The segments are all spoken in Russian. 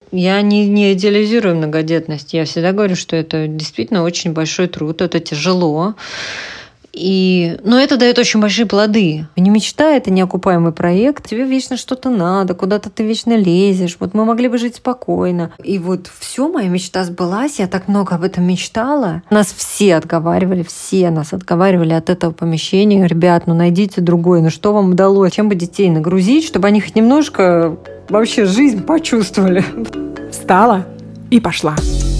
Я не идеализирую многодетность. Я всегда говорю, что это действительно очень большой труд, это тяжело. Но это дает очень большие плоды. Не мечта, это неокупаемый проект. Тебе вечно что-то надо, куда-то ты вечно лезешь. Вот мы могли бы жить спокойно. И вот все, моя мечта сбылась. Я так много об этом мечтала. Нас все нас отговаривали от этого помещения. Ребят, найдите другое. Что вам удалось? Чем бы детей нагрузить, чтобы они хоть немножко вообще жизнь почувствовали? Встала и пошла.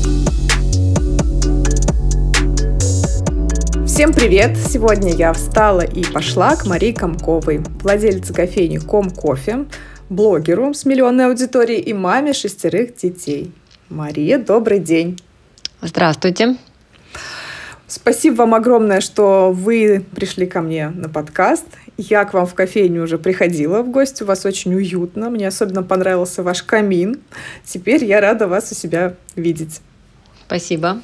Всем привет! Сегодня я встала и пошла к Марии Комковой, владелице кофейни Комкофе, блогеру с миллионной аудиторией и маме 6 детей. Мария, добрый день! Здравствуйте! Спасибо вам огромное, что вы пришли ко мне на подкаст. Я к вам в кофейню уже приходила в гости, у вас очень уютно. Мне особенно понравился ваш камин. Теперь я рада вас у себя видеть. Спасибо.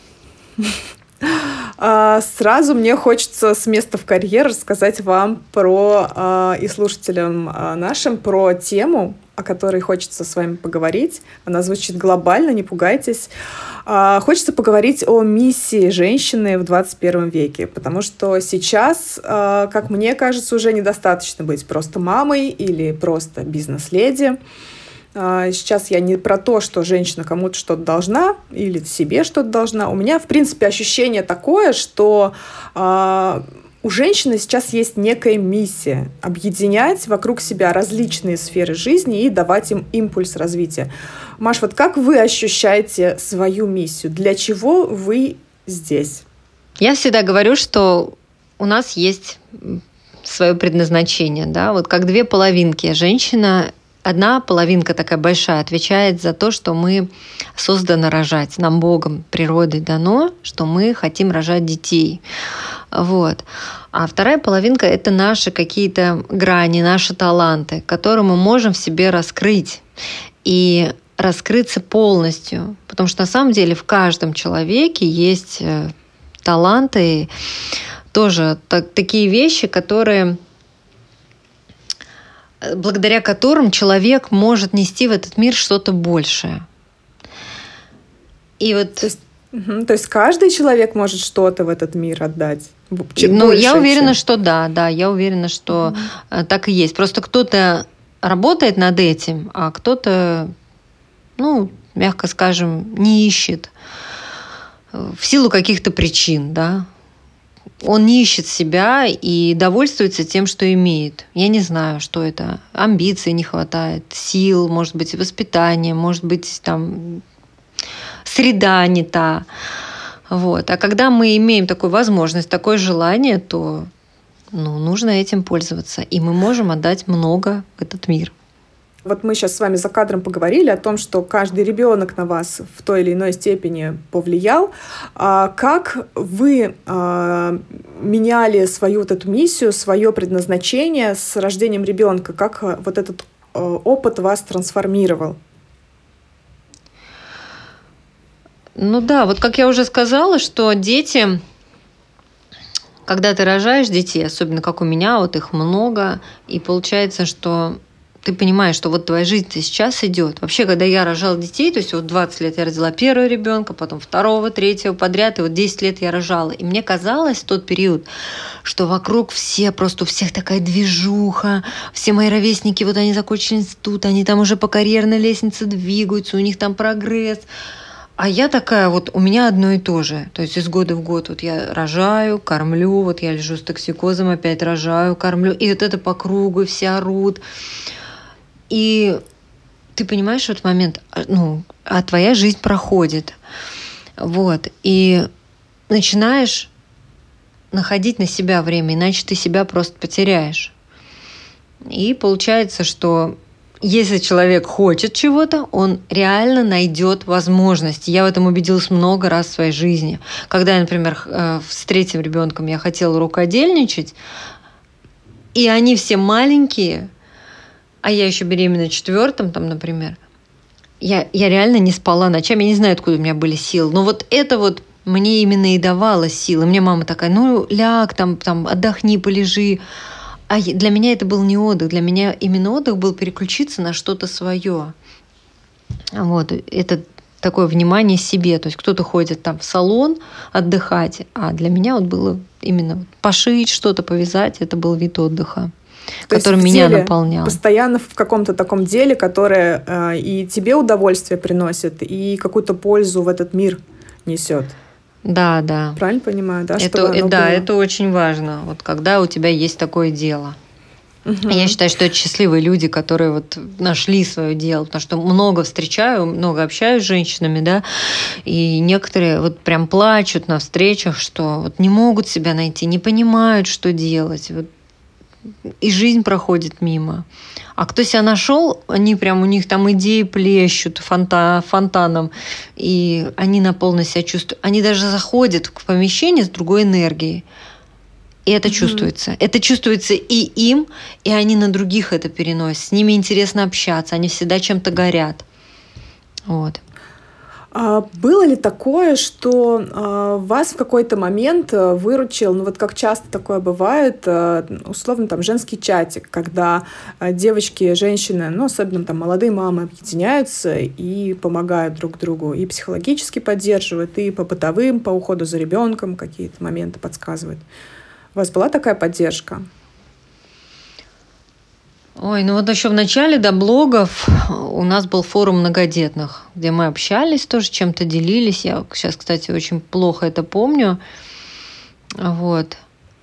Сразу мне хочется с места в карьер рассказать вам и слушателям нашим про тему, о которой хочется с вами поговорить. Она звучит глобально, не пугайтесь. Хочется поговорить о миссии женщины в 21 веке, потому что сейчас, как мне кажется, уже недостаточно быть просто мамой или просто бизнес-леди. Сейчас я не про то, что женщина кому-то что-то должна или себе что-то должна. У меня, в принципе, ощущение такое, что у женщины сейчас есть некая миссия — объединять вокруг себя различные сферы жизни и давать им импульс развития. Маш, вот как вы ощущаете свою миссию? Для чего вы здесь? Я всегда говорю, что у нас есть свое предназначение, да, вот как две половинки. Женщина, одна половинка такая большая, отвечает за то, что мы созданы рожать. Нам Богом, природой дано, что мы хотим рожать детей. Вот. А вторая половинка — это наши какие-то грани, наши таланты, которые мы можем в себе раскрыть и раскрыться полностью. Потому что на самом деле в каждом человеке есть таланты, тоже такие вещи, благодаря которым человек может нести в этот мир что-то большее. И вот... То есть каждый человек может что-то в этот мир отдать? Я уверена, что да, я уверена, что так и есть. Просто кто-то работает над этим, а кто-то, мягко скажем, не ищет в силу каких-то причин, да. Он не ищет себя и довольствуется тем, что имеет. Я не знаю, что это. Амбиций не хватает, сил, может быть, воспитания, может быть, среда не та. Вот. А когда мы имеем такую возможность, такое желание, то нужно этим пользоваться. И мы можем отдать много в этот мир. Вот мы сейчас с вами за кадром поговорили о том, что каждый ребенок на вас в той или иной степени повлиял. Как вы меняли свою вот эту миссию, свое предназначение с рождением ребенка? Как вот этот опыт вас трансформировал? Вот как я уже сказала, что дети, когда ты рожаешь детей, особенно как у меня, вот их много, и получается, что ты понимаешь, что вот твоя жизнь-то сейчас идет. Вообще, когда я рожала детей, то есть вот 20 лет я родила первого ребенка, потом второго, третьего подряд, и вот 10 лет я рожала. И мне казалось в тот период, что вокруг просто у всех такая движуха, все мои ровесники, вот они закончили институт, они там уже по карьерной лестнице двигаются, у них там прогресс. А я такая, вот у меня одно и то же. То есть из года в год вот я рожаю, кормлю, вот я лежу с токсикозом, опять рожаю, кормлю. И вот это по кругу, и все орут. И ты понимаешь в этот момент, а твоя жизнь проходит. Вот. И начинаешь находить на себя время, иначе ты себя просто потеряешь. И получается, что если человек хочет чего-то, он реально найдет возможность. Я в этом убедилась много раз в своей жизни. Когда я, например, с третьим ребенком я хотела рукодельничать, и они все маленькие, а я еще беременна четвертым, например, я реально не спала ночами. Я не знаю, откуда у меня были силы. Но вот это вот мне именно и давало силы. Мне мама такая, ляг, отдохни, полежи. А для меня это был не отдых. Для меня именно отдых был переключиться на что-то свое. Вот, это такое внимание себе. То есть кто-то ходит там в салон отдыхать, а для меня вот было именно пошить что-то, повязать, это был вид отдыха, который меня наполнял. Постоянно в каком-то таком деле, которое и тебе удовольствие приносит, и какую-то пользу в этот мир несет. Да, да. Правильно понимаю, да? Это очень важно, вот когда у тебя есть такое дело. Угу. Я считаю, что это счастливые люди, которые вот нашли свое дело, потому что много встречаю, много общаюсь с женщинами, да, и некоторые вот прям плачут на встречах, что вот не могут себя найти, не понимают, что делать, вот, и жизнь проходит мимо. А кто себя нашел, они прям, у них там идеи плещут фонтаном, и они наполненно себя чувствуют. Они даже заходят в помещение с другой энергией. И это чувствуется. Это чувствуется и им, и они на других это переносят. С ними интересно общаться, они всегда чем-то горят. Вот. А было ли такое, что вас в какой-то момент выручил, ну вот как часто такое бывает, условно там женский чатик, когда девочки, женщины, ну особенно там молодые мамы объединяются и помогают друг другу, и психологически поддерживают, и по бытовым, по уходу за ребенком какие-то моменты подсказывают. У вас была такая поддержка? Ой, ну вот еще в начале до блогов у нас был форум многодетных, где мы общались, тоже чем-то делились. Я сейчас, кстати, очень плохо это помню. Вот.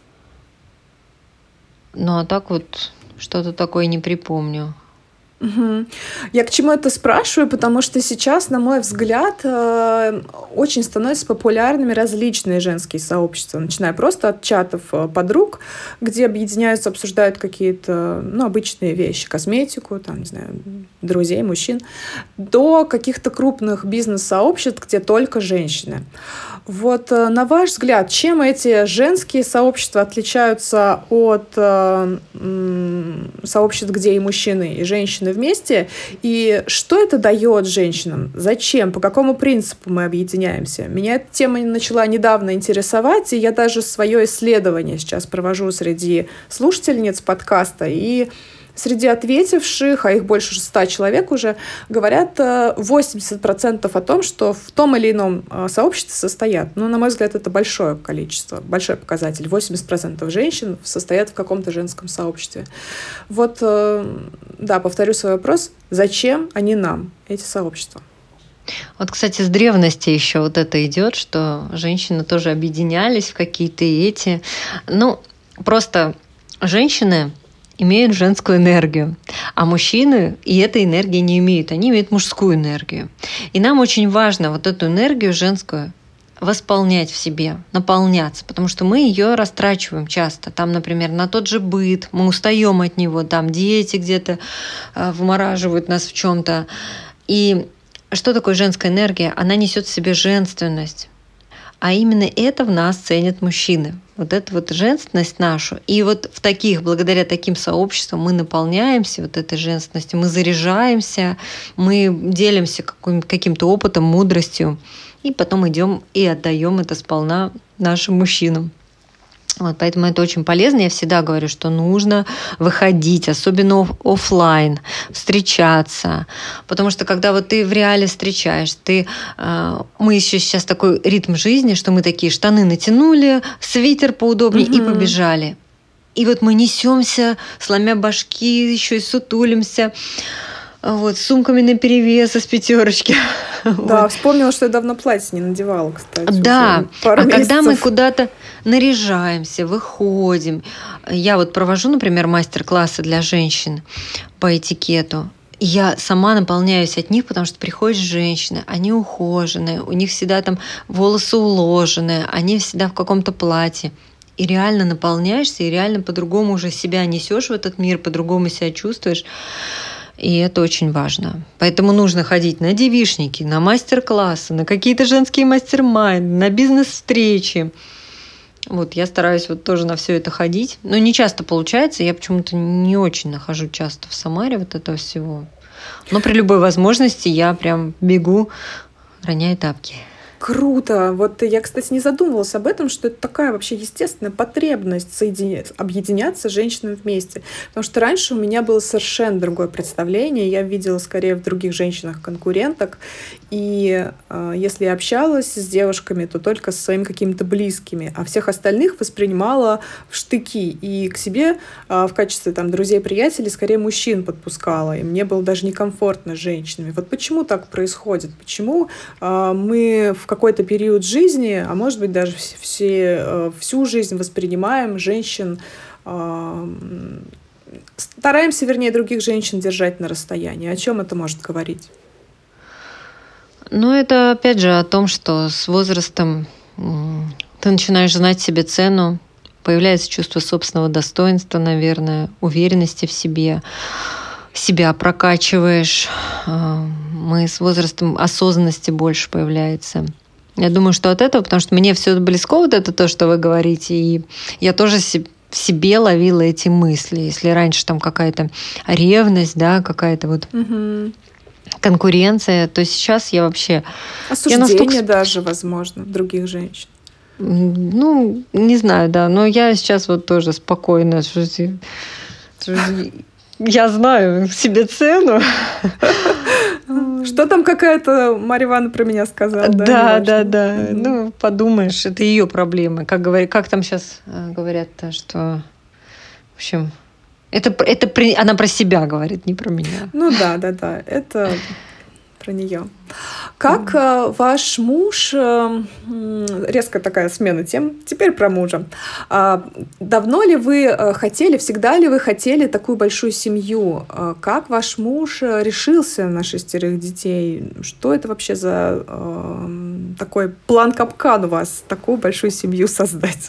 Ну а так вот что-то такое не припомню. Угу. Я к чему это спрашиваю, потому что сейчас, на мой взгляд, очень становятся популярными различные женские сообщества, начиная просто от чатов подруг, где объединяются, обсуждают какие-то, ну, обычные вещи, косметику, там, не знаю, друзей, мужчин, до каких-то крупных бизнес-сообществ, где только женщины. Вот на ваш взгляд, чем эти женские сообщества отличаются от сообществ, где и мужчины, и женщины вместе, и что это дает женщинам? Зачем? По какому принципу мы объединяемся? Меня эта тема начала недавно интересовать, и я даже свое исследование сейчас провожу среди слушательниц подкаста, и среди ответивших, а их больше 100 человек уже, говорят 80% о том, что в том или ином сообществе состоят. Ну, на мой взгляд, это большое количество, большой показатель. 80% женщин состоят в каком-то женском сообществе. Вот, да, повторю свой вопрос. Зачем они нам, эти сообщества? Вот, кстати, с древности еще вот это идет, что женщины тоже объединялись в какие-то эти... Ну, просто женщины имеют женскую энергию, а мужчины и этой энергии не имеют. Они имеют мужскую энергию. И нам очень важно вот эту энергию женскую восполнять в себе, наполняться, потому что мы ее растрачиваем часто. Там, например, на тот же быт, мы устаем от него, там дети где-то вымораживают нас в чем-то. И что такое женская энергия? Она несет в себе женственность. А именно это в нас ценят мужчины. Вот эту вот женственность нашу. И вот в таких, благодаря таким сообществам мы наполняемся вот этой женственностью, мы заряжаемся, мы делимся каким-то опытом, мудростью, и потом идем и отдаем это сполна нашим мужчинам. Вот, поэтому это очень полезно. Я всегда говорю, что нужно выходить, особенно офлайн, встречаться. Потому что когда вот ты в реале встречаешь, мы еще сейчас такой ритм жизни, что мы такие штаны натянули, свитер поудобнее и побежали. И вот мы несемся, сломя башки, еще и сутулимся. Вот, с сумками наперевес из пятерочки. Да, вот. Вспомнила, что я давно платье не надевала, кстати. Да, когда мы куда-то наряжаемся, выходим. Я вот провожу, например, мастер-классы для женщин по этикету. И я сама наполняюсь от них, потому что приходят женщины, они ухоженные, у них всегда там волосы уложены, они всегда в каком-то платье. И реально наполняешься, и реально по-другому уже себя несешь в этот мир, по-другому себя чувствуешь. И это очень важно. Поэтому нужно ходить на девичники, на мастер-классы, на какие-то женские мастер-майнды, на бизнес-встречи. Вот я стараюсь вот тоже на все это ходить. Но не часто получается. Я почему-то не очень нахожу часто в Самаре вот этого всего. Но при любой возможности я прям бегу, роняя тапки. круто. Вот я, кстати, не задумывалась об этом, что это такая вообще естественная потребность объединяться женщинам вместе. Потому что раньше у меня было совершенно другое представление. Я видела скорее в других женщинах конкуренток. И если я общалась с девушками, то только со своими какими-то близкими. А всех остальных воспринимала в штыки. И к себе в качестве там, друзей-приятелей скорее мужчин подпускала. И мне было даже некомфортно с женщинами. Вот почему так происходит? Почему мы в какой-то период жизни, а может быть даже всю жизнь воспринимаем женщин, стараемся, вернее, других женщин держать на расстоянии. О чем это может говорить? Ну, это опять же о том, что с возрастом ты начинаешь знать себе цену, появляется чувство собственного достоинства, наверное, уверенности в себе, себя прокачиваешь. Мы с возрастом осознанности больше появляется. Я думаю, что от этого, потому что мне все близко, вот это то, что вы говорите, и я тоже в себе ловила эти мысли. Если раньше там какая-то ревность, да, какая-то вот конкуренция, то сейчас я вообще... Осуждение даже, возможно, других женщин. Ну, не знаю, да, но я сейчас вот тоже спокойно. Я знаю себе цену. Что там какая-то Марья Ивановна про меня сказала? Да. Ну, подумаешь, это ее проблемы. Как там сейчас говорят-то, что... В общем, она про себя говорит, не про меня. Ну да. Это про нее. Как ваш муж... Резко такая смена тем. Теперь про мужа. Давно ли вы хотели, всегда ли вы хотели такую большую семью? Как ваш муж решился на 6 детей? Что это вообще за такой план-капкан у вас, такую большую семью создать?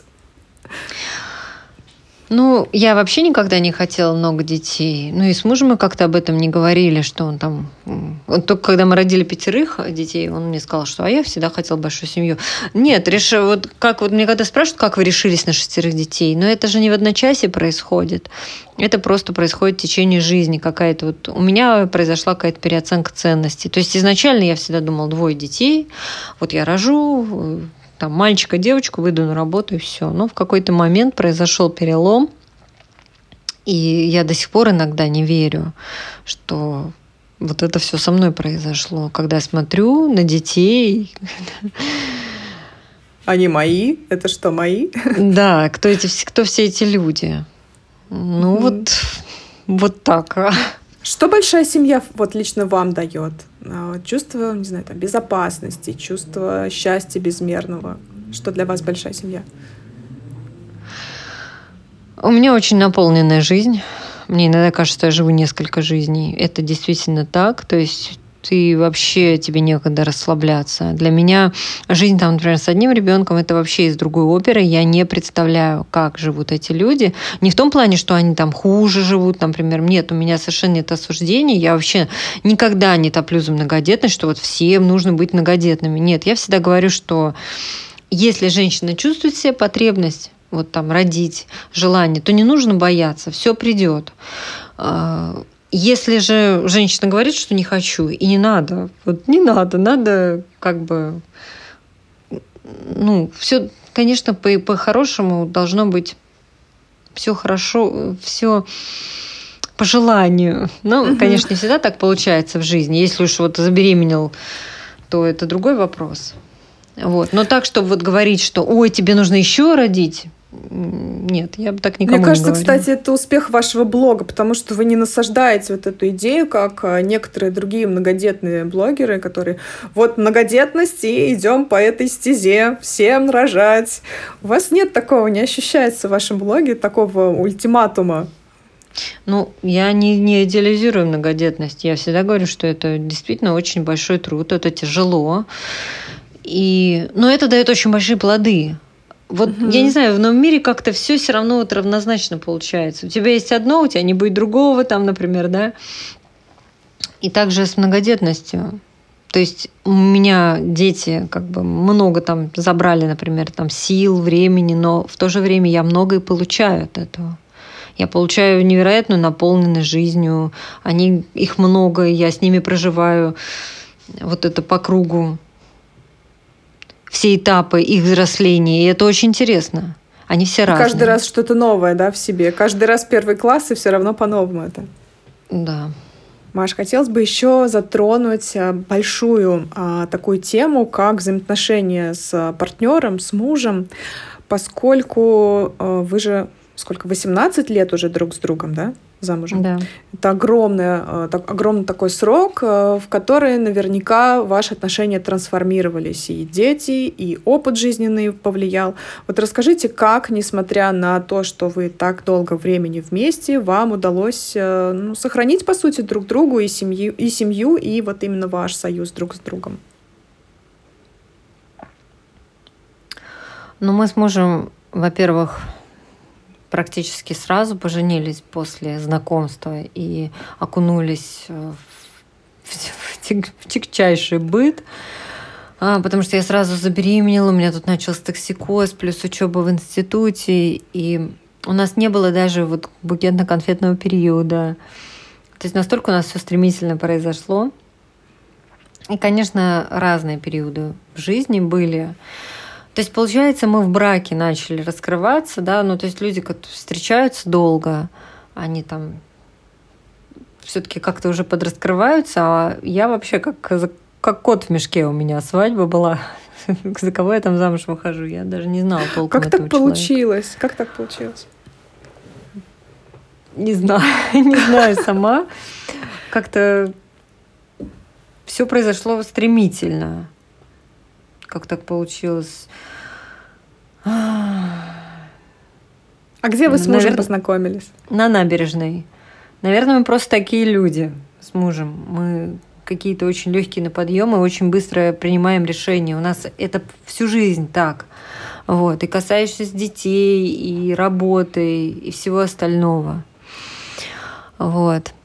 Ну, я вообще никогда не хотела много детей. Ну, и с мужем мы как-то об этом не говорили, что он там... Только когда мы родили 5 детей, он мне сказал, что я всегда хотела большую семью. Нет, вот мне когда спрашивают, как вы решились на 6 детей, но это же не в одночасье происходит. Это просто происходит в течение жизни какая-то. Вот у меня произошла какая-то переоценка ценностей. То есть изначально я всегда думала, 2 детей, вот я рожу... Там, мальчика, девочку, выйду на работу и все. Но в какой-то момент произошел перелом, и я до сих пор иногда не верю, что вот это все со мной произошло. Когда я смотрю на детей... Они мои? Это что, мои? Да, кто все эти люди? Ну, вот так. Что большая семья вот лично вам дает? Чувство, не знаю, там, безопасности, чувство счастья безмерного. Что для вас большая семья? У меня очень наполненная жизнь. Мне иногда кажется, что я живу несколько жизней. Это действительно так. То есть тебе некогда расслабляться. Для меня жизнь, там, например, с одним ребенком это вообще из другой оперы. Я не представляю, как живут эти люди. Не в том плане, что они там хуже живут, например. Нет, у меня совершенно нет осуждений. Я вообще никогда не топлю за многодетность, что вот всем нужно быть многодетными. Нет, я всегда говорю, что если женщина чувствует в себе потребность вот там родить, желание, то не нужно бояться, все придет. Если же женщина говорит, что не хочу, и не надо, надо как бы, все, конечно, по-хорошему должно быть все хорошо, все по желанию. Но, конечно, не всегда так получается в жизни. Если уж вот забеременел, то это другой вопрос. Вот. Но так, чтобы вот говорить, что «Ой, тебе нужно еще родить», нет, я бы так никому не говорила. Мне кажется, кстати, это успех вашего блога, потому что вы не насаждаете вот эту идею, как некоторые другие многодетные блогеры, которые вот многодетность, и идем по этой стезе, всем рожать. У вас нет такого, не ощущается в вашем блоге такого ультиматума? Ну, я не идеализирую многодетность. Я всегда говорю, что это действительно очень большой труд, это тяжело. Но это дает очень большие плоды. Вот, я не знаю, в новом мире как-то все равно вот равнозначно получается. У тебя есть одно, у тебя не будет другого, там, например, да. И также с многодетностью. То есть у меня дети как бы много там забрали, например, там сил, времени, но в то же время я много и получаю от этого. Я получаю невероятную наполненность жизнью. Их много, и я с ними проживаю вот это по кругу. все этапы их взросления, и это очень интересно. Они все разные. Каждый раз что-то новое, да, в себе. Каждый раз первый класс, и все равно по-новому это. Да. Маш, хотелось бы еще затронуть большую такую тему, как взаимоотношения с партнером, с мужем, поскольку вы же 18 лет уже друг с другом, да, замужем? Да. Это огромный такой срок, в который наверняка ваши отношения трансформировались. И дети, и опыт жизненный повлиял. Вот расскажите, как, несмотря на то, что вы так долго времени вместе, вам удалось сохранить, по сути, друг другу и семью, и вот именно ваш союз друг с другом? Мы с мужем, во-первых, практически сразу поженились после знакомства и окунулись в тягчайший быт, потому что я сразу забеременела, у меня тут начался токсикоз, плюс учеба в институте, и у нас не было даже вот букетно-конфетного периода. То есть настолько у нас все стремительно произошло. И, конечно, разные периоды в жизни были. То есть, получается, мы в браке начали раскрываться, да, то есть люди, которые встречаются долго, они там все-таки как-то уже подраскрываются, а я вообще как кот в мешке у меня свадьба была. За кого я там замуж выхожу, я даже не знала толком этого человека. Как так получилось? Не знаю сама. Как-то все произошло стремительно. Как так получилось? А где вы с мужем познакомились? На набережной. Наверное, мы просто такие люди с мужем. Мы какие-то очень легкие на подъем и очень быстро принимаем решения. У нас это всю жизнь так. Вот. И касаешься детей, и работы, и всего остального. Вот.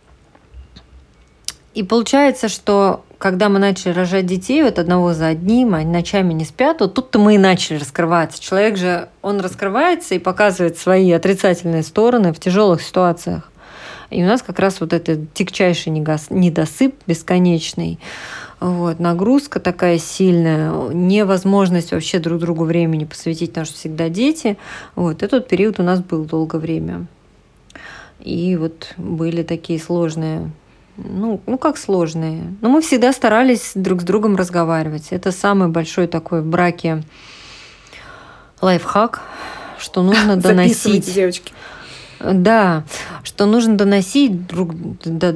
И получается, что когда мы начали рожать детей, вот одного за одним, они ночами не спят, вот тут-то мы и начали раскрываться. Человек же, он раскрывается и показывает свои отрицательные стороны в тяжелых ситуациях. И у нас как раз вот этот тягчайший недосып бесконечный, вот, нагрузка такая сильная, невозможность вообще друг другу времени посвятить, потому что всегда дети. Вот, этот период у нас был долгое время. И вот были такие сложные... как сложные. Но мы всегда старались друг с другом разговаривать. Это самый большой такой в браке лайфхак, что нужно доносить. Записывайте, девочки. Да, что нужно доносить друг до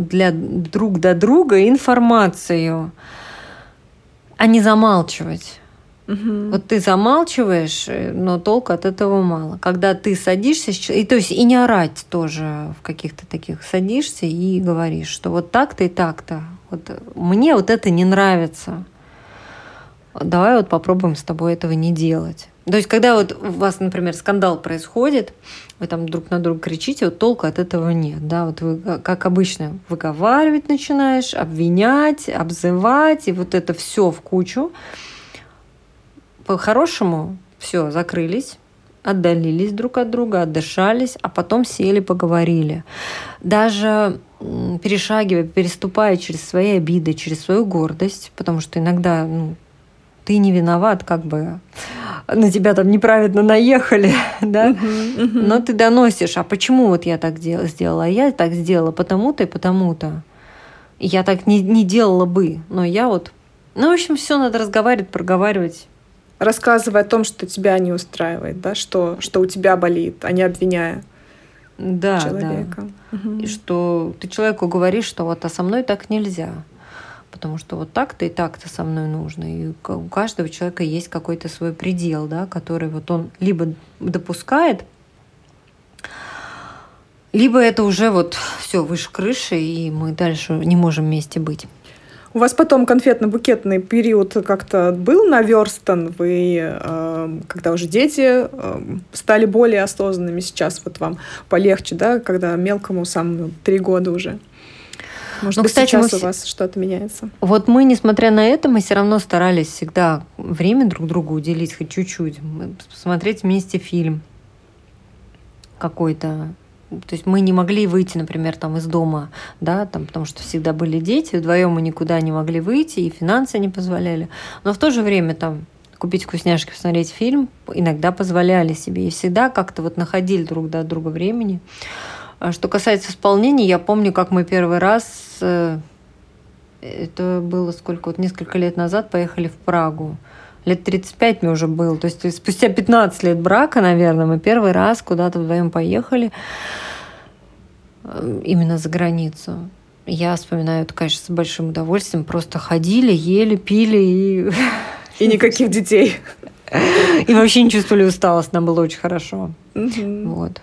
друга информацию, а не замалчивать. Угу. Вот ты замалчиваешь, но толку от этого мало. Когда ты садишься, то есть и не орать тоже в каких-то таких, садишься и говоришь, что вот так-то и так-то. Вот мне вот это не нравится. Давай вот попробуем с тобой этого не делать. То есть когда вот у вас, например, скандал происходит, вы там друг на друга кричите, вот толку от этого нет. Да? Вот вы, как обычно, выговаривать начинаешь, обвинять, обзывать, и вот это все в кучу. По-хорошему все, закрылись, отдалились друг от друга, отдышались, а потом сели, поговорили. Даже переступая через свои обиды, через свою гордость, потому что иногда ты не виноват, как бы на тебя там неправильно наехали, да? Но ты доносишь, а почему вот я так сделала, а я так сделала потому-то и потому-то. И я так не делала бы, но я вот... в общем, все надо разговаривать, проговаривать. Рассказывая о том, что тебя не устраивает, да, что у тебя болит, а не обвиняя человека. Да. И что ты человеку говоришь, что вот со мной так нельзя, потому что вот так-то и так-то со мной нужно. И у каждого человека есть какой-то свой предел, да, который вот он либо допускает, либо это уже вот все выше крыши, и мы дальше не можем вместе быть. У вас потом конфетно-букетный период как-то был наверстан? Вы, когда уже дети стали более осознанными, сейчас вот вам полегче, да, когда мелкому самому 3 года уже? Может быть, кстати, сейчас у вас что-то меняется? Вот мы, несмотря на это, мы все равно старались всегда время друг другу уделить хоть чуть-чуть. Посмотреть вместе фильм какой-то. То есть мы не могли выйти, например, там из дома, да, там, потому что всегда были дети, вдвоем мы никуда не могли выйти, и финансы не позволяли. Но в то же время там купить вкусняшки, посмотреть фильм, иногда позволяли себе. И всегда как-то вот находили друг до друга времени. Что касается исполнения, я помню, как мы первый раз, это было сколько, вот несколько лет назад, поехали в Прагу. Лет 35 мне уже было. То есть спустя 15 лет брака, наверное, мы первый раз куда-то вдвоем поехали именно за границу. Я вспоминаю это, конечно, с большим удовольствием. Просто ходили, ели, пили и... И никаких детей. И вообще не чувствовали усталость. Нам было очень хорошо. Вот.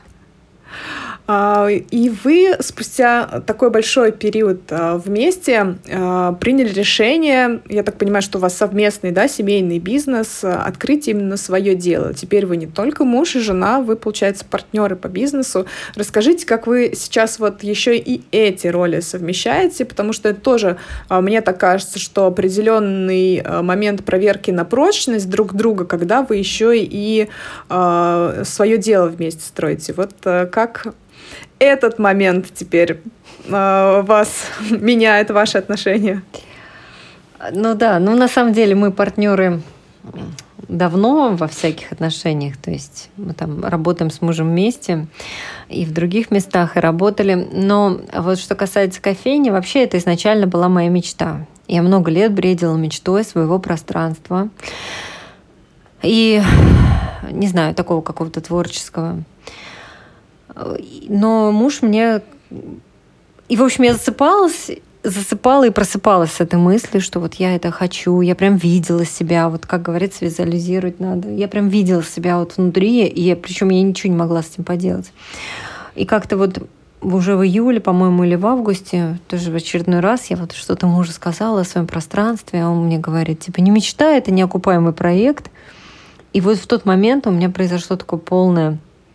И вы спустя такой большой период вместе приняли решение, я так понимаю, что у вас совместный, да, семейный бизнес, открыть именно свое дело. Теперь вы не только муж и жена, вы, получается, партнеры по бизнесу. Расскажите, как вы сейчас вот еще и эти роли совмещаете, потому что это тоже, мне так кажется, что определенный момент проверки на прочность друг друга, когда вы еще и свое дело вместе строите. Вот как этот момент теперь вас меняет ваши отношения? Ну да, на самом деле мы партнеры давно во всяких отношениях, то есть мы там работаем с мужем вместе и в других местах и работали. Но вот что касается кофейни, вообще это изначально была моя мечта. Я много лет бредила мечтой своего пространства и, не знаю, такого какого-то творческого. Но муж мне... И, в общем, я засыпала и просыпалась с этой мыслью, что вот я это хочу, я прям видела себя, вот как говорится, визуализировать надо. Я прям видела себя вот внутри, и причем я ничего не могла с этим поделать. И как-то вот уже в июле, по-моему, или в августе, тоже в очередной раз я вот что-то мужу сказала о своем пространстве, а он мне говорит, типа, не мечтай, это неокупаемый проект. И вот в тот момент у меня произошло такое полное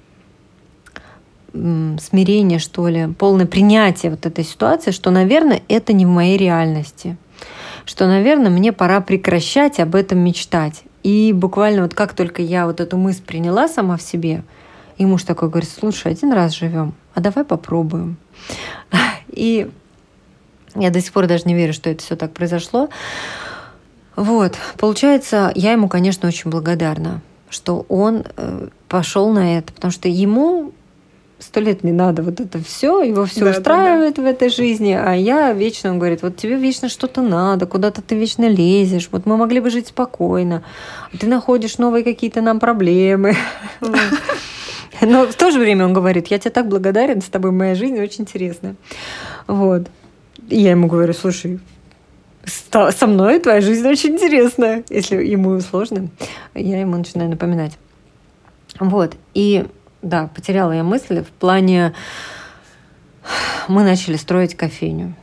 смирение, что ли, полное принятие вот этой ситуации, что, наверное, это не в моей реальности, что, наверное, мне пора прекращать об этом мечтать. И буквально вот как только я вот эту мысль приняла сама в себе, и муж такой говорит, слушай, один раз живем, а давай попробуем. И я до сих пор даже не верю, что это все так произошло. Вот, получается, я ему, конечно, очень благодарна, что он пошел на это, потому что ему 100 лет не надо вот это все, его все устраивает в этой жизни, а я вечно, он говорит, вот тебе вечно что-то надо, куда-то ты вечно лезешь, вот мы могли бы жить спокойно, а ты находишь новые какие-то нам проблемы. Но в то же время он говорит, я тебе так благодарен, с тобой моя жизнь очень интересная. Вот. И я ему говорю, слушай, со мной твоя жизнь очень интересная. Если ему сложно, я ему начинаю напоминать. Вот. И да, потеряла я мысль в плане... Мы начали строить кофейню.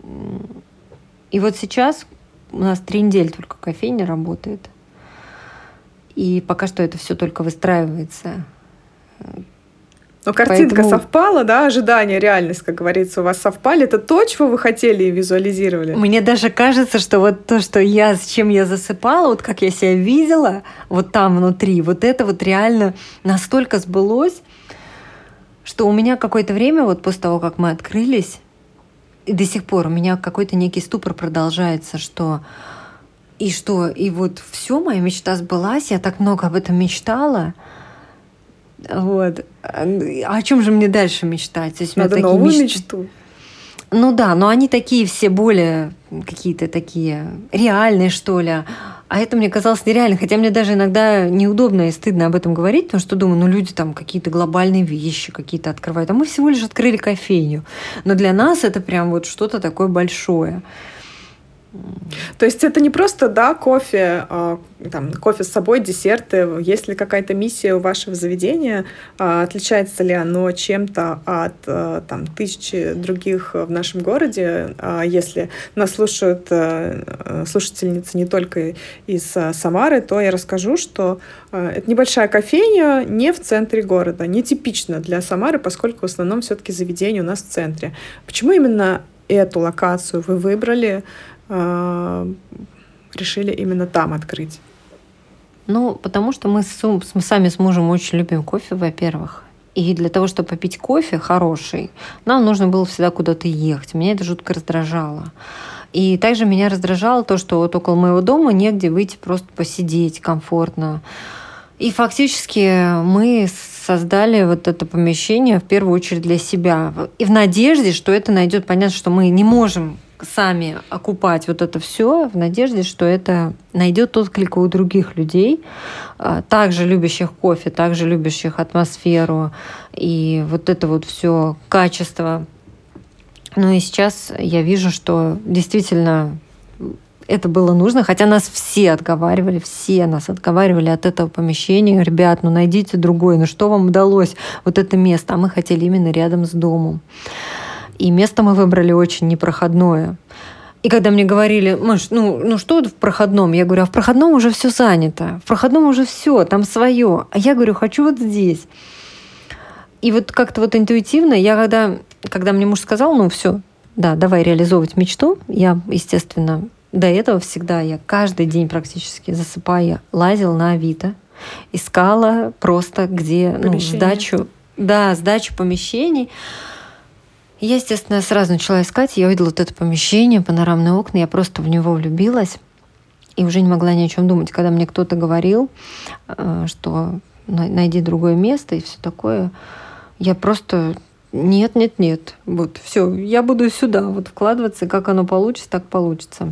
И вот сейчас у нас 3 недели только кофейня работает. И пока что это все только выстраивается. Но картинка совпала, да, ожидания, реальность, как говорится, у вас совпали. Это то, чего вы хотели и визуализировали? Мне даже кажется, что вот то, что с чем я засыпала, вот как я себя видела, вот там внутри, вот это вот реально настолько сбылось, что у меня какое-то время, вот после того, как мы открылись, и до сих пор у меня какой-то некий ступор продолжается, и вот все, моя мечта сбылась, я так много об этом мечтала. Вот. А о чем же мне дальше мечтать? То есть надо новую мечту. Ну да, но они такие все более какие-то такие реальные, что ли. А это мне казалось нереально. Хотя мне даже иногда неудобно и стыдно об этом говорить, потому что думаю, люди там какие-то глобальные вещи какие-то открывают. А мы всего лишь открыли кофейню. Но для нас это прям вот что-то такое большое. То есть это не просто, да, кофе, кофе с собой, десерты. Есть ли какая-то миссия у вашего заведения? Отличается ли оно чем-то от тысячи других в нашем городе? Если нас слушают слушательницы не только из Самары, то я расскажу, что это небольшая кофейня не в центре города, нетипично для Самары, поскольку в основном все-таки заведение у нас в центре. Почему именно эту локацию вы выбрали? Решили именно там открыть? Потому что мы сами с мужем очень любим кофе, во-первых. И для того, чтобы попить кофе хороший, нам нужно было всегда куда-то ехать. Меня это жутко раздражало. И также меня раздражало то, что вот около моего дома негде выйти просто посидеть комфортно. И фактически мы создали вот это помещение в первую очередь для себя. И в надежде, что это найдет. Понятно, что мы не можем сами окупать вот это все, в надежде, что это найдет отклик у других людей, также любящих кофе, также любящих атмосферу и вот это вот все качество. Ну и сейчас я вижу, что действительно это было нужно, хотя нас все нас отговаривали от этого помещения. Ребят, ну найдите другое, ну что вам удалось вот это место? А мы хотели именно рядом с домом. И место мы выбрали очень непроходное. И когда мне говорили, Маш, ну что в проходном? Я говорю, а в проходном уже все занято. В проходном уже все, там свое. А я говорю, хочу вот здесь. И вот как-то вот интуитивно, когда мне муж сказал, ну все, да, давай реализовывать мечту, я, естественно, до этого всегда, я каждый день практически засыпая, лазила на Авито, искала просто где сдачу помещений. Я, естественно, сразу начала искать, я увидела вот это помещение, панорамные окна, я просто в него влюбилась и уже не могла ни о чем думать. Когда мне кто-то говорил, что найди другое место и все такое, я просто нет, вот все, я буду сюда вот вкладываться, как оно получится, так получится.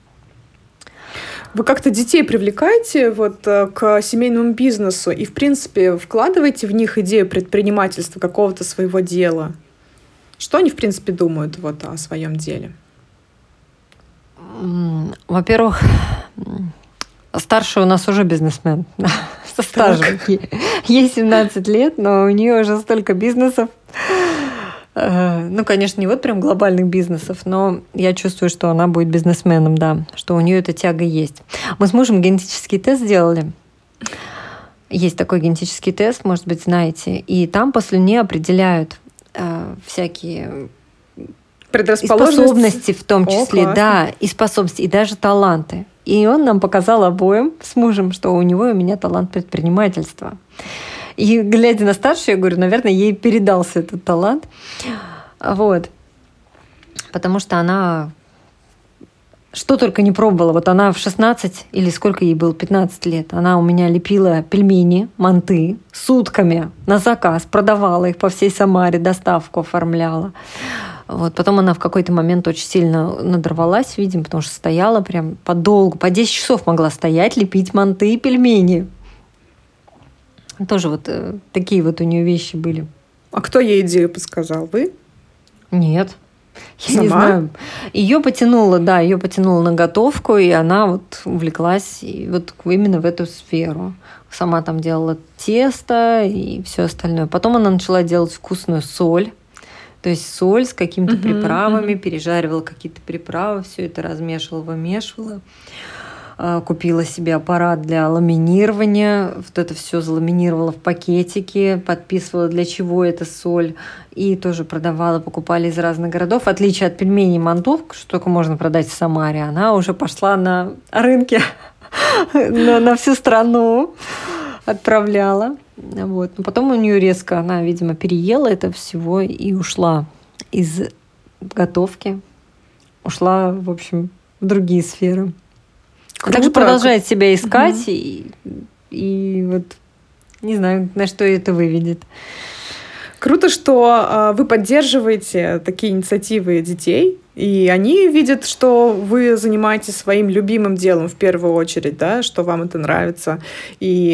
Вы как-то детей привлекаете вот к семейному бизнесу и, в принципе, вкладываете в них идею предпринимательства, какого-то своего дела? Что они, в принципе, думают вот о своем деле? Во-первых, старший у нас уже бизнесмен со стажем. Ей 17 лет, но у нее уже столько бизнесов. Ну, конечно, не вот прям глобальных бизнесов, но я чувствую, что она будет бизнесменом, да, что у нее эта тяга есть. Мы с мужем генетический тест сделали. Есть такой генетический тест, может быть, знаете. И там после нее определяют всякие способности в том числе, и способности, и даже таланты. И он нам показал обоим с мужем, что у него и у меня талант предпринимательства. И глядя на старшую, я говорю, наверное, ей передался этот талант. Вот. Потому что она что только не пробовала. Вот она в 16, или сколько ей было, 15 лет, она у меня лепила пельмени, манты сутками на заказ, продавала их по всей Самаре, доставку оформляла. Вот. Потом она в какой-то момент очень сильно надорвалась, видимо, потому что стояла прям подолгу, по 10 часов могла стоять, лепить манты и пельмени. Тоже вот такие вот у нее вещи были. А кто ей идею подсказал? Вы? Нет. Я Сама? не знаю. Ее потянуло на готовку, и она вот увлеклась вот именно в эту сферу. Сама там делала тесто и все остальное. Потом она начала делать вкусную соль. То есть соль с какими-то приправами, пережаривала какие-то приправы, все это размешивала, вымешивала. Купила себе аппарат для ламинирования, вот это все заламинировала в пакетики, подписывала, для чего эта соль, и тоже продавала, покупали из разных городов. В отличие от пельменей мантов, что только можно продать в Самаре, она уже пошла на рынке на всю страну, отправляла. Вот. Но потом у нее резко, она, видимо, переела это всего и ушла из готовки, ушла, в общем, в другие сферы. А также продолжает себя искать, и вот не знаю, на что это выведет. Круто, что вы поддерживаете такие инициативы детей, и они видят, что вы занимаетесь своим любимым делом в первую очередь, да, что вам это нравится, и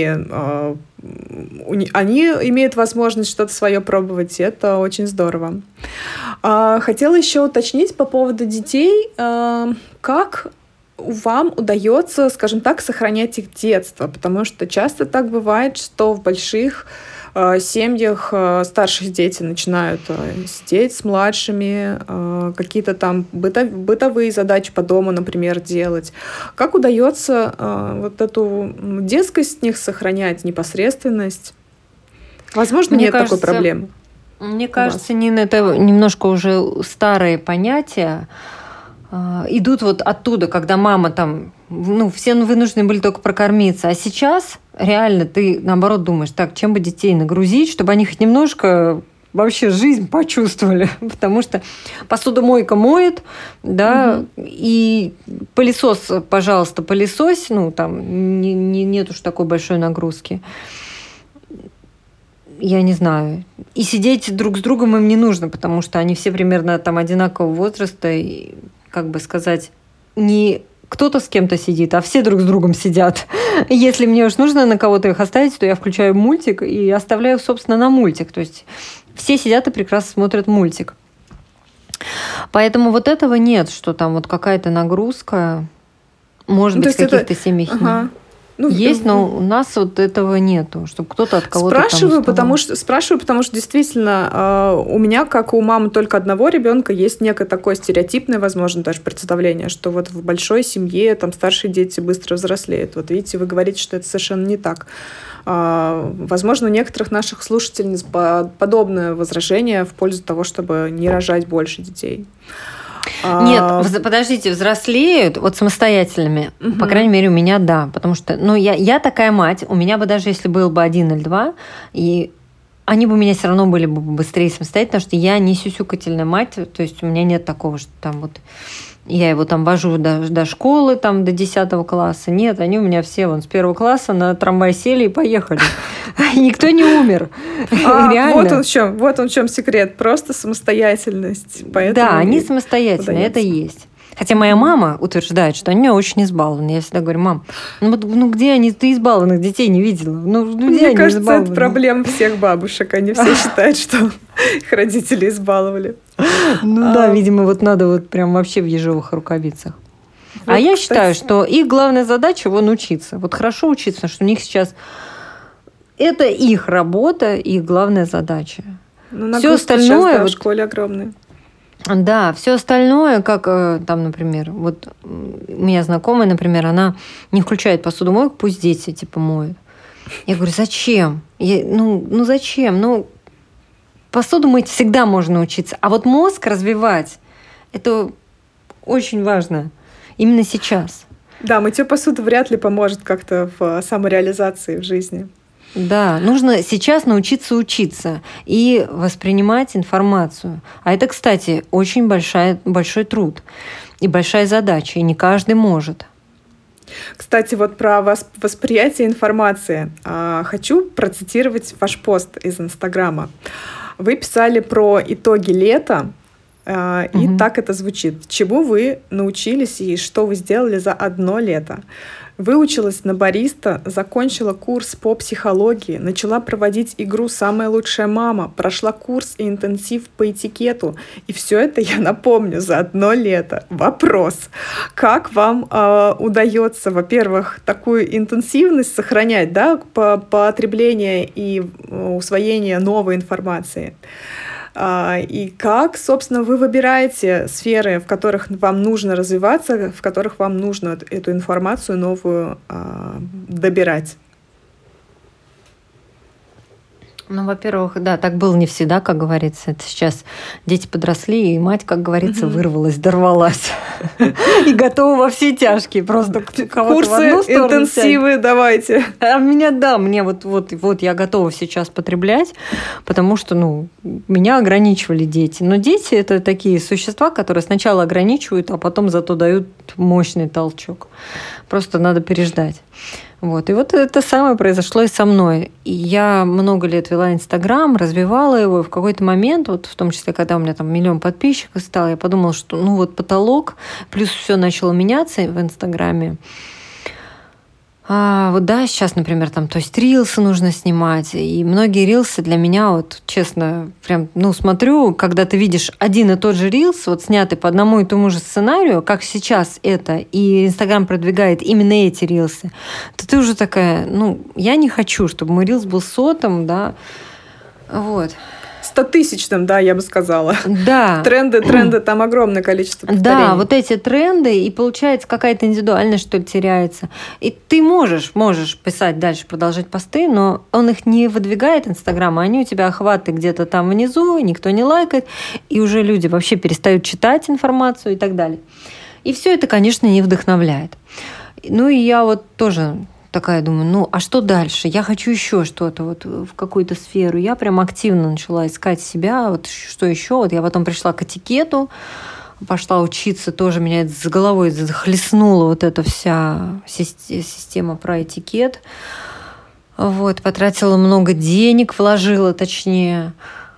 они имеют возможность что-то свое пробовать, и это очень здорово. Хотела еще уточнить по поводу детей, как вам удается, скажем так, сохранять их детство, потому что часто так бывает, что в больших семьях старшие дети начинают сидеть с младшими, какие-то там бытовые задачи по дому, например, делать. Как удается вот эту детскость в них сохранять, непосредственность? Возможно, нет такой проблемы. Мне кажется, Нина, это немножко уже старые понятия. Идут вот оттуда, когда мама там, все вынуждены были только прокормиться. А сейчас реально ты, наоборот, думаешь, так, чем бы детей нагрузить, чтобы они хоть немножко вообще жизнь почувствовали, потому что посудомойка моет, да, и пылесос, пожалуйста, пылесось, ну, там нет уж такой большой нагрузки. Я не знаю. И сидеть друг с другом им не нужно, потому что они все примерно там одинакового возраста, и, как бы сказать, не кто-то с кем-то сидит, а все друг с другом сидят. Если мне уж нужно на кого-то их оставить, то я включаю мультик и оставляю, собственно, на мультик. То есть все сидят и прекрасно смотрят мультик. Поэтому вот этого нет, что там вот какая-то нагрузка. Может быть, в каких-то семьях есть, но у нас вот этого нету, чтобы кто-то от кого-то спрашиваю, потому что действительно у меня, как у мамы только одного ребенка, есть некое такое стереотипное, возможно, даже представление, что вот в большой семье там старшие дети быстро взрослеют. Вот видите, вы говорите, что это совершенно не так. Возможно, у некоторых наших слушательниц подобное возражение в пользу того, чтобы не рожать больше детей. Нет, подождите, взрослеют вот самостоятельными. По крайней мере, у меня да. Потому что я такая мать, у меня бы даже если был бы 1 или 2, и они бы у меня все равно были бы быстрее самостоятельно, потому что я не сюсюкательная мать, то есть у меня нет такого, что там вот я его там вожу до школы, там, до 10 класса. Нет, они у меня все вон с 1 класса на трамвай сели и поехали. Никто не умер. Вот он в чем секрет. Просто самостоятельность. Да, они самостоятельны, это есть. Хотя моя мама утверждает, что они у меня очень избалованы. Я всегда говорю: мам, где они? Ты избалованных детей не видела. Мне кажется, это проблема всех бабушек. Они все считают, что их родители избаловали. Да, видимо, вот надо вот прям вообще в ежовых рукавицах. А я считаю, что их главная задача вон учиться. Вот хорошо учиться, что у них сейчас это их работа, их главная задача. Все остальное в школе огромное. Да, все остальное, как там, например, вот у меня знакомая, например, она не включает посудомойку, пусть дети типа моют. Я говорю: зачем? Зачем? Посуду мыть всегда можно учиться, а вот мозг развивать – это очень важно именно сейчас. Да, мытье посуды вряд ли поможет как-то в самореализации в жизни. Да, нужно сейчас научиться учиться и воспринимать информацию. А это, кстати, очень большой труд и большая задача, и не каждый может. Кстати, вот про восприятие информации. Хочу процитировать ваш пост из Инстаграма. Вы писали про итоги лета, и так это звучит. Чему вы научились и что вы сделали за 1 лето? Выучилась на бариста, закончила курс по психологии, начала проводить игру «Самая лучшая мама», прошла курс и интенсив по этикету. И все это я напомню за 1 лето. Вопрос. Как вам удается, во-первых, такую интенсивность сохранять, да, потребление и усвоение новой информации? И как, собственно, вы выбираете сферы, в которых вам нужно развиваться, в которых вам нужно эту информацию новую добирать? Во-первых, да, так было не всегда, как говорится. Это сейчас дети подросли, и мать, как говорится, вырвалась, дорвалась. И готова во все тяжкие. Просто кого-то в одну сторону интенсивы давайте. А мне вот я готова сейчас потреблять, потому что, меня ограничивали дети. Но дети – это такие существа, которые сначала ограничивают, а потом зато дают мощный толчок. Просто надо переждать. Вот. И вот это самое произошло и со мной. И я много лет вела Инстаграм, развивала его. И в какой-то момент, вот в том числе, когда у меня там 1 миллион подписчиков стало, я подумала, что потолок, плюс все начало меняться в Инстаграме. Сейчас, например, то есть рилсы нужно снимать, и многие рилсы для меня, вот честно, прям, смотрю, когда ты видишь один и тот же рилс, вот снятый по одному и тому же сценарию, как сейчас это, и Инстаграм продвигает именно эти рилсы, то ты уже такая, я не хочу, чтобы мой рилс был 100-м, да, вот. 100-тысячным, да, я бы сказала. Да. Тренды, там огромное количество повторений. Да, вот эти тренды, и получается какая-то индивидуальность, что ли, теряется. И ты можешь писать дальше, продолжать посты, но он их не выдвигает, Инстаграм, а они у тебя охваты где-то там внизу, никто не лайкает, и уже люди вообще перестают читать информацию и так далее. И все это, конечно, не вдохновляет. И я вот тоже такая думаю, ну, а что дальше? Я хочу еще что-то вот в какую-то сферу. Я прям активно начала искать себя, вот что еще. Вот я потом пришла к этикету, пошла учиться, тоже меня это с головой захлестнула вот эта вся система про этикет. Вот, потратила много денег, вложила точнее.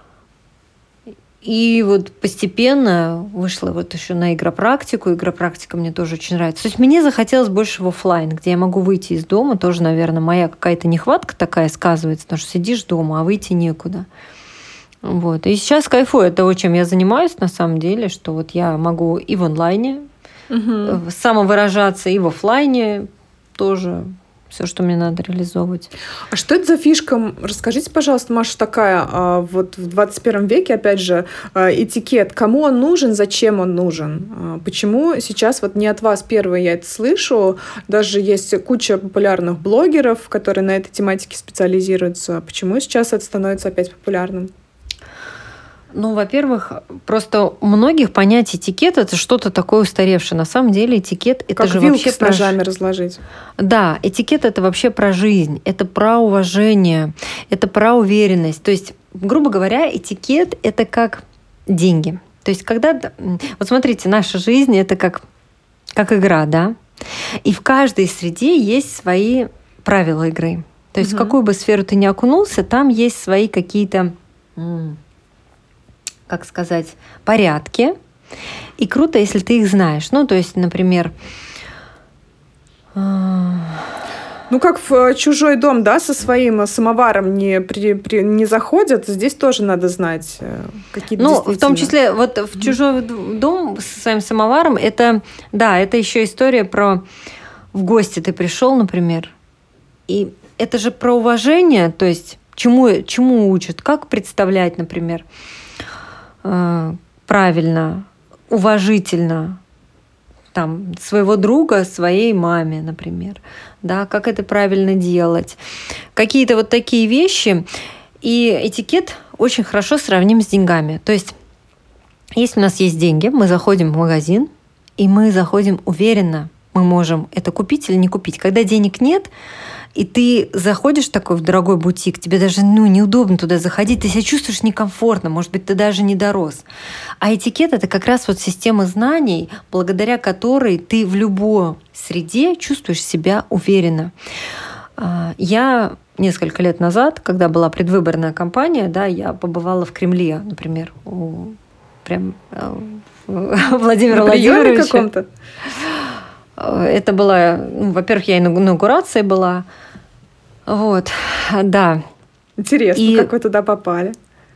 И вот постепенно вышла вот еще на игропрактику. Игропрактика мне тоже очень нравится. То есть мне захотелось больше в офлайн, где я могу выйти из дома. Тоже, наверное, моя какая-то нехватка такая сказывается, потому что сидишь дома, а выйти некуда. Вот. И сейчас кайфую от того, чем я занимаюсь на самом деле, что вот я могу и в онлайне самовыражаться, и в офлайне тоже все, что мне надо реализовывать. А что это за фишка? Расскажите, пожалуйста, Маша, такая, вот в 21 веке, опять же, этикет. Кому он нужен, зачем он нужен? Почему сейчас вот не от вас первое я это слышу? Даже есть куча популярных блогеров, которые на этой тематике специализируются. Почему сейчас это становится опять популярным? Ну, во-первых, просто у многих понять этикет – это что-то такое устаревшее. На самом деле этикет – это как же вилки вообще с ножами разложить. Да, этикет – это вообще про жизнь, это про уважение, это про уверенность. То есть, грубо говоря, этикет – это как деньги. То есть, когда… Вот смотрите, наша жизнь – это как игра, да? И в каждой среде есть свои правила игры. То есть, в какую бы сферу ты ни окунулся, там есть свои какие-то… как сказать, порядки. И круто, если ты их знаешь. Ну, то есть, например… Ну, как в чужой дом, да, со своим самоваром не заходят, здесь тоже надо знать какие-то действительно… в том числе, вот в чужой дом со своим самоваром, это, да, это еще история про… В гости ты пришел, например, и это же про уважение, то есть чему учат, как представлять, например, правильно, уважительно там, своего друга своей маме, например. Да, как это правильно делать. Какие-то вот такие вещи. И этикет очень хорошо сравним с деньгами. То есть, если у нас есть деньги, мы заходим в магазин, и мы заходим уверенно. Мы можем это купить или не купить. Когда денег нет, и ты заходишь такой в дорогой бутик, тебе даже неудобно туда заходить, ты себя чувствуешь некомфортно, может быть, ты даже не дорос. А этикет — это как раз вот система знаний, благодаря которой ты в любой среде чувствуешь себя уверенно. Я несколько лет назад, когда была предвыборная кампания, да, я побывала в Кремле, например, у Владимира Владимировича. Каком-то? Это была, во-первых, я инаугурация была. Вот, да. Интересно, как вы туда попали?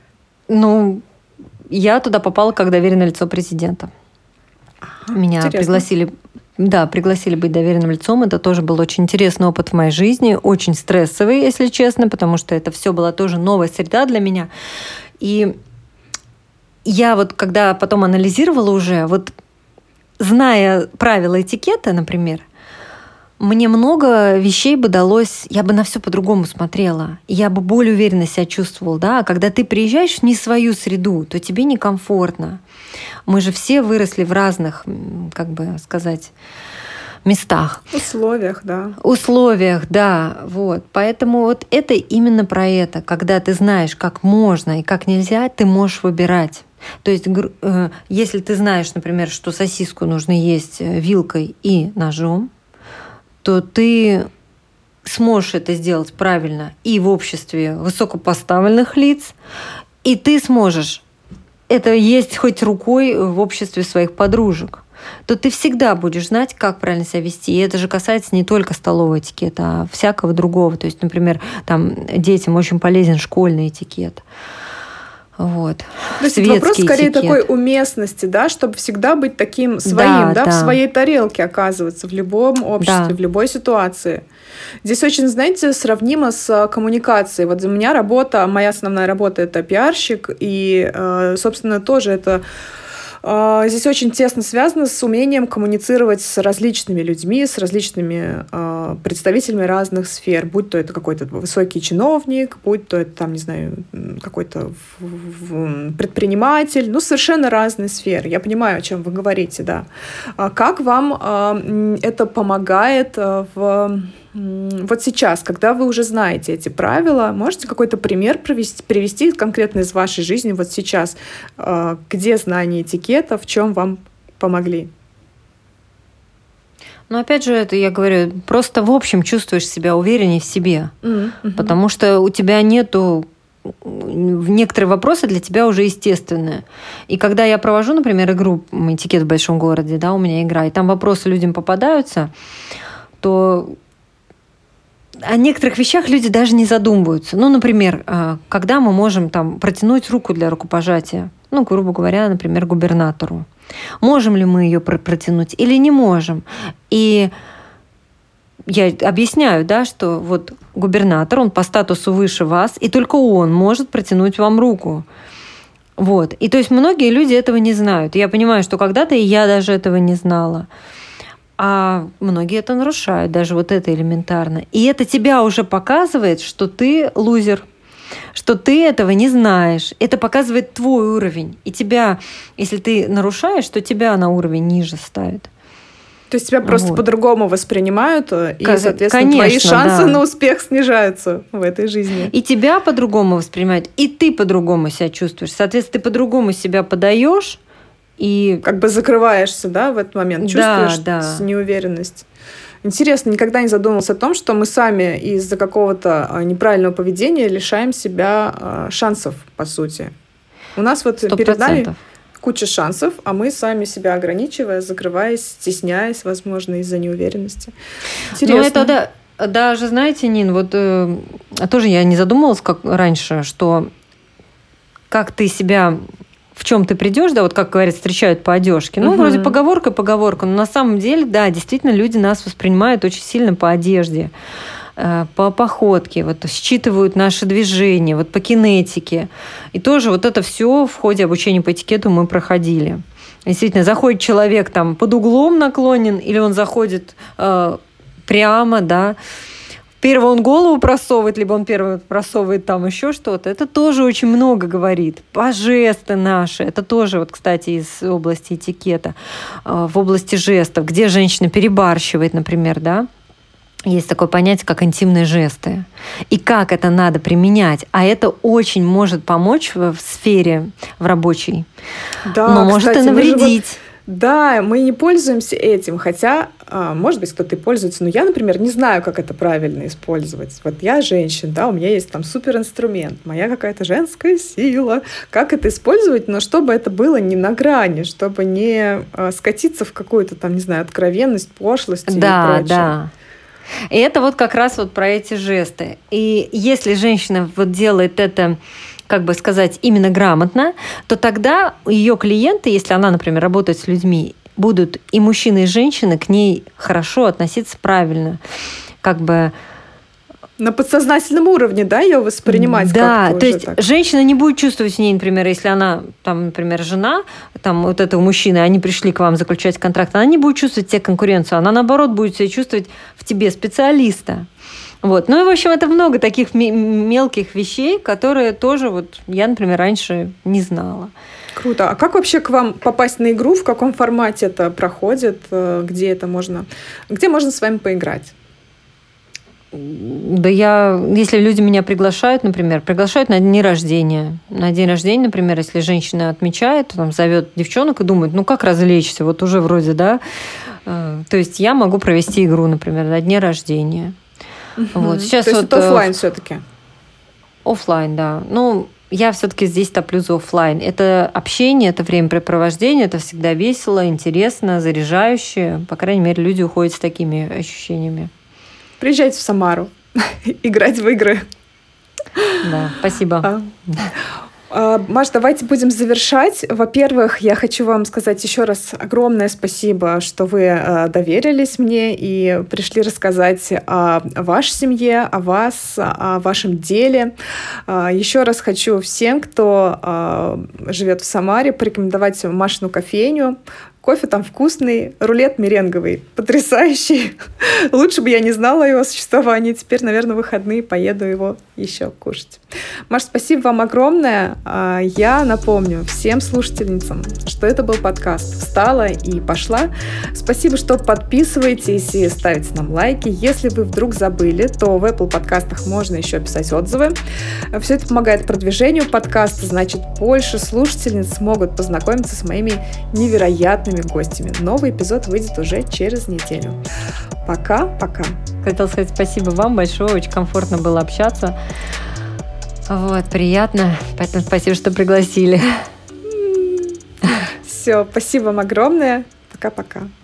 Я туда попала как доверенное лицо президента. Меня пригласили быть доверенным лицом. Это тоже был очень интересный опыт в моей жизни, очень стрессовый, если честно, потому что это все была тоже новая среда для меня. И я вот, когда потом анализировала уже, вот зная правила этикета, например, мне много вещей бы далось, я бы на все по-другому смотрела, я бы более уверенно себя чувствовала, да. А когда ты приезжаешь в не свою среду, то тебе некомфортно. Мы же все выросли в разных, как бы сказать, местах. Условиях, да. Условиях, да. Вот. Поэтому вот это именно про это. Когда ты знаешь, как можно и как нельзя, ты можешь выбирать. То есть, если ты знаешь, например, что сосиску нужно есть вилкой и ножом, то ты сможешь это сделать правильно и в обществе высокопоставленных лиц, и ты сможешь это есть хоть рукой в обществе своих подружек, то ты всегда будешь знать, как правильно себя вести. И это же касается не только столового этикета, а всякого другого. То есть, например, там детям очень полезен школьный этикет. Вот. То есть вопрос скорее такой уместности, да, чтобы всегда быть таким своим, да, в своей тарелке оказываться в любом обществе, в любой ситуации. Здесь очень, знаете, сравнимо с коммуникацией. Вот у меня моя основная работа — это пиарщик, и, собственно, тоже это здесь очень тесно связано с умением коммуницировать с различными людьми, с различными представителями разных сфер, будь то это какой-то высокий чиновник, будь то это, там, не знаю, какой-то предприниматель, совершенно разные сферы. Я понимаю, о чем вы говорите, да. Как вам это помогает вот сейчас, когда вы уже знаете эти правила, можете какой-то пример привести конкретно из вашей жизни вот сейчас, где знание этикета, в чем вам помогли? Опять же, это я говорю, просто в общем чувствуешь себя увереннее в себе, потому что у тебя нету некоторые вопросы для тебя уже естественные. И когда я провожу, например, игру «Этикет в большом городе», да, у меня игра, и там вопросы людям попадаются, то о некоторых вещах люди даже не задумываются. Например, когда мы можем там протянуть руку для рукопожатия, грубо говоря, например, губернатору. Можем ли мы ее протянуть или не можем? И я объясняю, да, что вот губернатор, он по статусу выше вас, и только он может протянуть вам руку. Вот. И то есть многие люди этого не знают. Я понимаю, что когда-то и я даже этого не знала. А многие это нарушают, даже вот это элементарно. И это тебя уже показывает, что ты лузер, что ты этого не знаешь. Это показывает твой уровень. И тебя, если ты нарушаешь, то тебя на уровень ниже ставят. То есть тебя просто по-другому воспринимают, и, соответственно, конечно, твои шансы на успех снижаются в этой жизни. И тебя по-другому воспринимают, и ты по-другому себя чувствуешь. Соответственно, ты по-другому себя подаешь. И как бы закрываешься, да, в этот момент, чувствуешь неуверенность. Интересно, никогда не задумывался о том, что мы сами из-за какого-то неправильного поведения лишаем себя шансов, по сути. У нас вот 100%. Перед нами куча шансов, а мы сами себя ограничивая, закрываясь, стесняясь, возможно, из-за неуверенности. Интересно. Это даже, знаете, Нин, вот тоже я не задумывалась, как раньше, что как ты себя... В чем ты придешь, да, вот как говорят, встречают по одежке. Вроде поговорка, но на самом деле, да, действительно, люди нас воспринимают очень сильно по одежде, по походке, вот считывают наши движения, вот по кинетике. И тоже вот это все в ходе обучения по этикету мы проходили. Действительно, заходит человек там под углом наклонен, или он заходит прямо, да. Первый он голову просовывает, либо он первый просовывает там еще что-то. Это тоже очень много говорит. По жесты наши. Это тоже, вот, кстати, из области этикета. В области жестов, где женщина перебарщивает, например, да. Есть такое понятие, как интимные жесты. И как это надо применять. А это очень может помочь в сфере, в рабочей. Да, но может и навредить. Да, мы не пользуемся этим, хотя, может быть, кто-то и пользуется, но я, например, не знаю, как это правильно использовать. Вот я женщина, да, у меня есть там суперинструмент, моя какая-то женская сила. Как это использовать, но чтобы это было не на грани, чтобы не скатиться в какую-то там, не знаю, откровенность, пошлость и прочее. Да. И это вот как раз вот про эти жесты. И если женщина вот делает это, как бы сказать, именно грамотно, то тогда ее клиенты, если она, например, работает с людьми, будут и мужчины, и женщины к ней хорошо относиться правильно. Как бы на подсознательном уровне, да, ее воспринимать как-то. Да, то есть так. Женщина не будет чувствовать в ней, например, если она, там, например, жена там, вот этого мужчины, они пришли к вам заключать контракт, она не будет чувствовать тебе конкуренцию, она, наоборот, будет себя чувствовать в тебе специалиста. Вот. Ну и, в общем, это много таких мелких вещей, которые тоже вот я, например, раньше не знала. Круто. А как вообще к вам попасть на игру? В каком формате это проходит? Где можно с вами поиграть? Да если люди меня приглашают, например, на дни рождения. На день рождения, например, если женщина отмечает, там, зовет девчонок и думает, как развлечься, вот уже вроде, да. То есть я могу провести игру, например, на дне рождения. Вот. Сейчас то есть это офлайн все-таки? Офлайн, да. Я все-таки здесь топлю за офлайн. Это общение, это времяпрепровождение, это всегда весело, интересно, заряжающе. По крайней мере, люди уходят с такими ощущениями. Приезжайте в Самару, играть в игры. Да, спасибо. Маш, давайте будем завершать. Во-первых, я хочу вам сказать еще раз огромное спасибо, что вы доверились мне и пришли рассказать о вашей семье, о вас, о вашем деле. Еще раз хочу всем, кто живет в Самаре, порекомендовать Машину кофейню. Кофе там вкусный, рулет меренговый, потрясающий. Лучше бы я не знала о его существовании. Теперь, наверное, в выходные поеду его еще кушать. Маш, спасибо вам огромное. Я напомню всем слушательницам, что это был подкаст «Встала и пошла». Спасибо, что подписываетесь и ставите нам лайки. Если вы вдруг забыли, то в Apple подкастах можно еще писать отзывы. Все это помогает продвижению подкаста, значит, больше слушательниц смогут познакомиться с моими невероятными гостями. Новый эпизод выйдет уже через неделю. Пока-пока. Хотела сказать спасибо вам большое, очень комфортно было общаться. Вот, приятно. Поэтому спасибо, что пригласили. Все, спасибо вам огромное. Пока-пока.